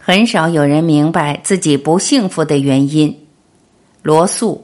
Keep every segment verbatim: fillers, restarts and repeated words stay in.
很少有人明白自己不幸福的原因。罗素。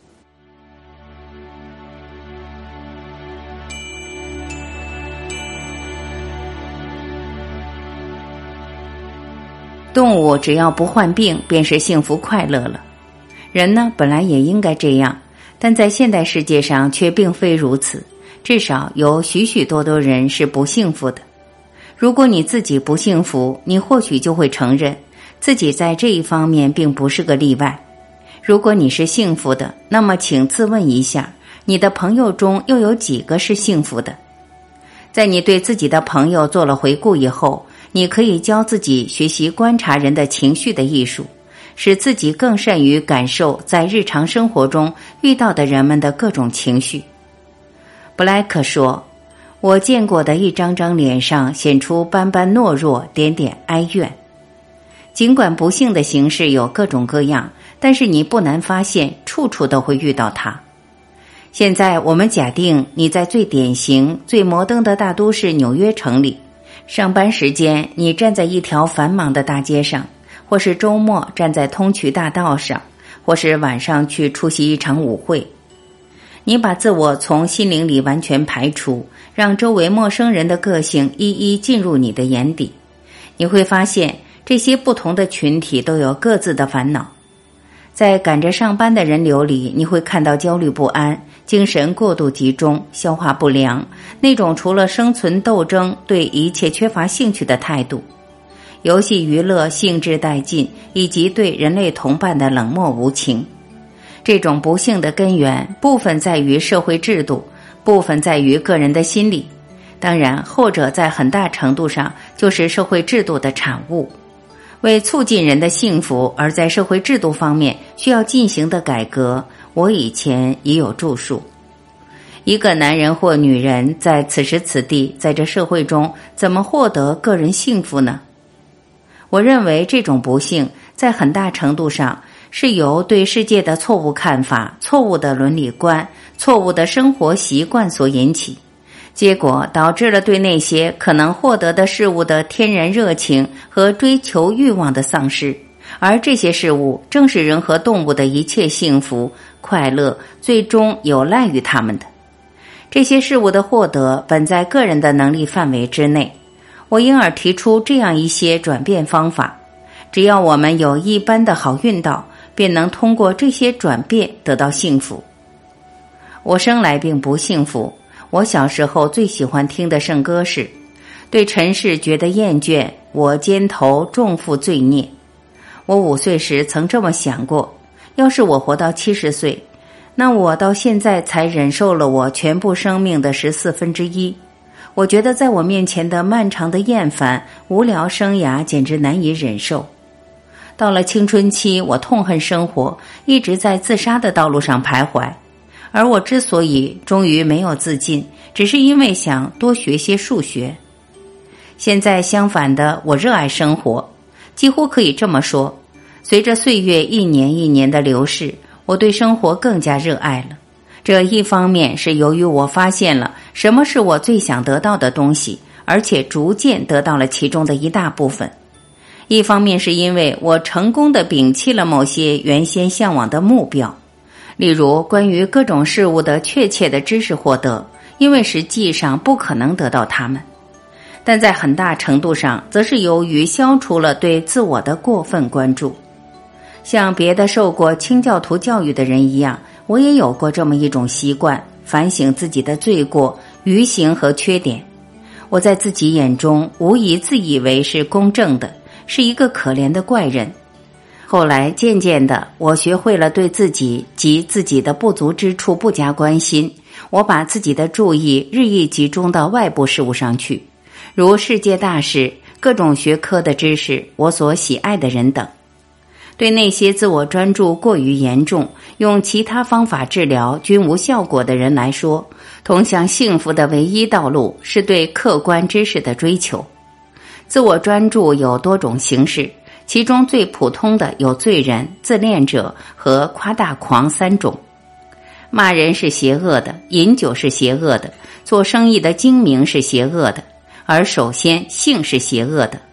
动物只要不患病，便是幸福快乐了。人呢，本来也应该这样，但在现代世界上却并非如此，至少有许许多多人是不幸福的。如果你自己不幸福，你或许就会承认自己在这一方面并不是个例外。如果你是幸福的，那么请自问一下，你的朋友中又有几个是幸福的？在你对自己的朋友做了回顾以后，你可以教自己学习观察人的情绪的艺术，使自己更善于感受在日常生活中遇到的人们的各种情绪。布莱克说，我见过的一张张脸上显出斑斑懦弱，点点哀怨。尽管不幸的形式有各种各样，但是你不难发现，处处都会遇到它。现在我们假定你在最典型、最摩登的大都市纽约城里，上班时间你站在一条繁忙的大街上，或是周末站在通衢大道上，或是晚上去出席一场舞会。你把自我从心灵里完全排除，让周围陌生人的个性一一进入你的眼底。你会发现这些不同的群体都有各自的烦恼。在赶着上班的人流里，你会看到焦虑不安、精神过度集中、消化不良，那种除了生存斗争对一切缺乏兴趣的态度，游戏娱乐兴致殆尽，以及对人类同伴的冷漠无情。这种不幸的根源部分在于社会制度，部分在于个人的心理，当然后者在很大程度上就是社会制度的产物。为促进人的幸福而在社会制度方面需要进行的改革，我以前已有著述。一个男人或女人在此时此地，在这社会中怎么获得个人幸福呢？我认为这种不幸在很大程度上是由对世界的错误看法、错误的伦理观、错误的生活习惯所引起，结果导致了对那些可能获得的事物的天然热情和追求欲望的丧失，而这些事物正是人和动物的一切幸福、快乐最终有赖于他们的。这些事物的获得本在个人的能力范围之内，我因而提出这样一些转变方法，只要我们有一般的好运道，便能通过这些转变得到幸福。我生来并不幸福，我小时候最喜欢听的圣歌是：对尘世觉得厌倦，我肩头重负罪孽。我五岁时曾这么想过，要是我活到七十岁，那我到现在才忍受了我全部生命的十四分之一。我觉得在我面前的漫长的厌烦、无聊生涯简直难以忍受。到了青春期，我痛恨生活，一直在自杀的道路上徘徊。而我之所以终于没有自尽，只是因为想多学些数学。现在相反的，我热爱生活，几乎可以这么说，随着岁月一年一年的流逝，我对生活更加热爱了。这一方面是由于我发现了什么是我最想得到的东西，而且逐渐得到了其中的一大部分。一方面是因为我成功地摒弃了某些原先向往的目标，例如关于各种事物的确切的知识获得，因为实际上不可能得到它们。但在很大程度上，则是由于消除了对自我的过分关注。像别的受过清教徒教育的人一样，我也有过这么一种习惯，反省自己的罪过、愚行和缺点。我在自己眼中无疑自以为是公正的，是一个可怜的怪人。后来渐渐的，我学会了对自己及自己的不足之处不加关心，我把自己的注意日益集中到外部事物上去，如世界大事、各种学科的知识、我所喜爱的人等。对那些自我专注过于严重，用其他方法治疗均无效果的人来说，通向幸福的唯一道路是对客观知识的追求。自我专注有多种形式，其中最普通的有罪人、自恋者和夸大狂三种。骂人是邪恶的，饮酒是邪恶的，做生意的精明是邪恶的，而首先性是邪恶的。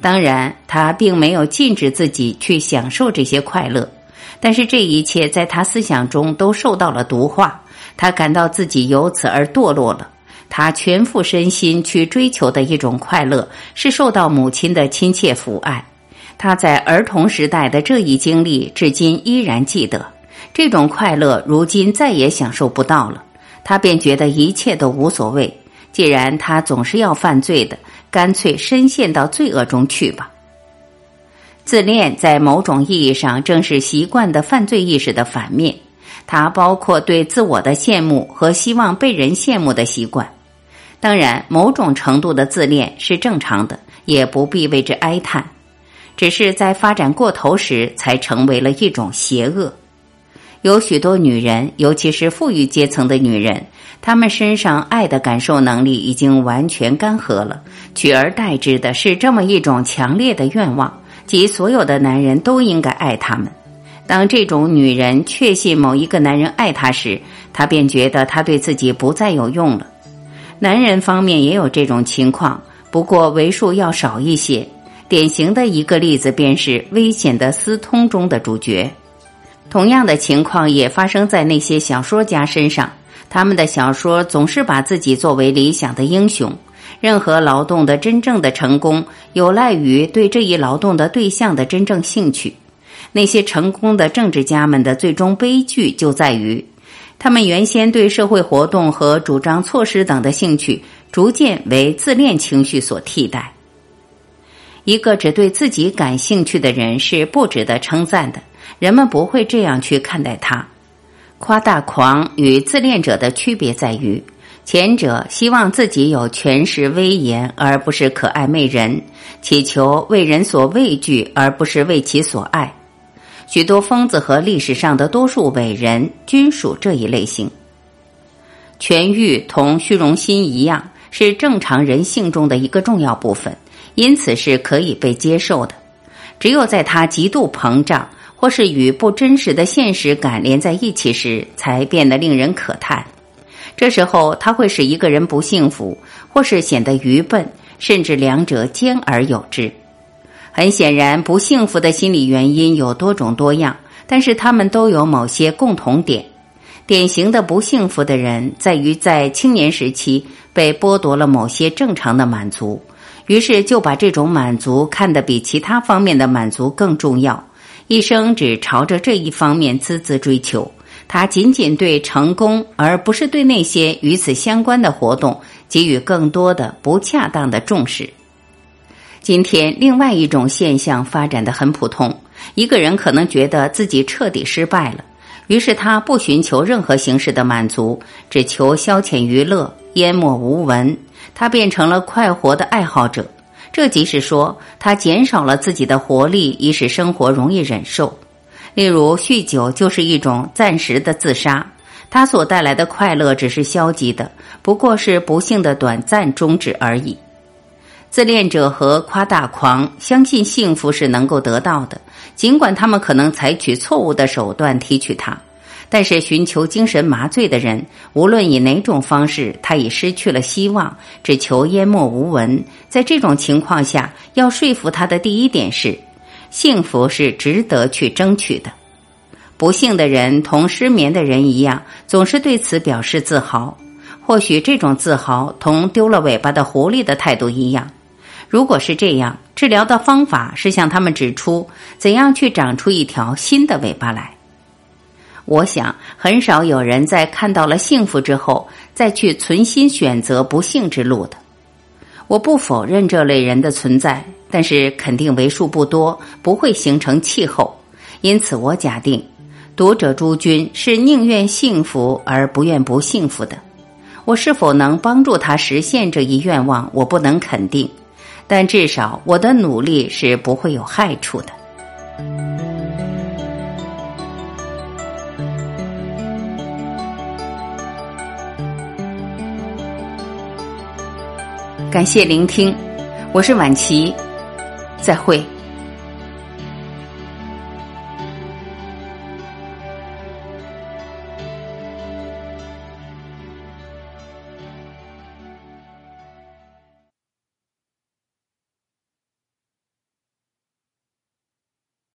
当然，他并没有禁止自己去享受这些快乐，但是这一切在他思想中都受到了毒化，他感到自己由此而堕落了。他全副身心去追求的一种快乐，是受到母亲的亲切抚爱。他在儿童时代的这一经历，至今依然记得。这种快乐如今再也享受不到了，他便觉得一切都无所谓。既然他总是要犯罪的，干脆深陷到罪恶中去吧。自恋在某种意义上正是习惯的犯罪意识的反面，它包括对自我的羡慕和希望被人羡慕的习惯。当然，某种程度的自恋是正常的，也不必为之哀叹，只是在发展过头时才成为了一种邪恶。有许多女人，尤其是富裕阶层的女人，她们身上爱的感受能力已经完全干涸了，取而代之的是这么一种强烈的愿望，即所有的男人都应该爱她们。当这种女人确信某一个男人爱她时，她便觉得她对自己不再有用了。男人方面也有这种情况，不过为数要少一些。典型的一个例子便是《危险的私通》中的主角。同样的情况也发生在那些小说家身上，他们的小说总是把自己作为理想的英雄，任何劳动的真正的成功有赖于对这一劳动的对象的真正兴趣。那些成功的政治家们的最终悲剧就在于，他们原先对社会活动和主张措施等的兴趣逐渐为自恋情绪所替代。一个只对自己感兴趣的人是不值得称赞的，人们不会这样去看待他。夸大狂与自恋者的区别在于，前者希望自己有权势威严，而不是可爱媚人，祈求为人所畏惧，而不是为其所爱。许多疯子和历史上的多数伟人均属这一类型。权欲同虚荣心一样，是正常人性中的一个重要部分，因此是可以被接受的。只有在它极度膨胀，或是与不真实的现实感连在一起时，才变得令人可叹。这时候它会使一个人不幸福，或是显得愚笨，甚至两者兼而有之。很显然，不幸福的心理原因有多种多样，但是他们都有某些共同点。典型的不幸福的人在于在青年时期被剥夺了某些正常的满足，于是就把这种满足看得比其他方面的满足更重要，一生只朝着这一方面孜孜追求。他仅仅对成功，而不是对那些与此相关的活动给予更多的不恰当的重视。今天另外一种现象发展得很普通，一个人可能觉得自己彻底失败了，于是他不寻求任何形式的满足，只求消遣娱乐，淹没无闻。他变成了快活的爱好者，这即是说，他减少了自己的活力，以使生活容易忍受。例如，酗酒就是一种暂时的自杀，它所带来的快乐只是消极的，不过是不幸的短暂终止而已。自恋者和夸大狂相信幸福是能够得到的，尽管他们可能采取错误的手段提取它。但是寻求精神麻醉的人，无论以哪种方式，他已失去了希望，只求淹没无闻。在这种情况下，要说服他的第一点是，幸福是值得去争取的。不幸的人同失眠的人一样，总是对此表示自豪。或许这种自豪同丢了尾巴的狐狸的态度一样。如果是这样，治疗的方法是向他们指出怎样去长出一条新的尾巴来。我想很少有人在看到了幸福之后再去存心选择不幸之路的。我不否认这类人的存在，但是肯定为数不多，不会形成气候。因此我假定读者诸君是宁愿幸福而不愿不幸福的。我是否能帮助他实现这一愿望，我不能肯定，但至少我的努力是不会有害处的。感谢聆听，我是婉琪，再会。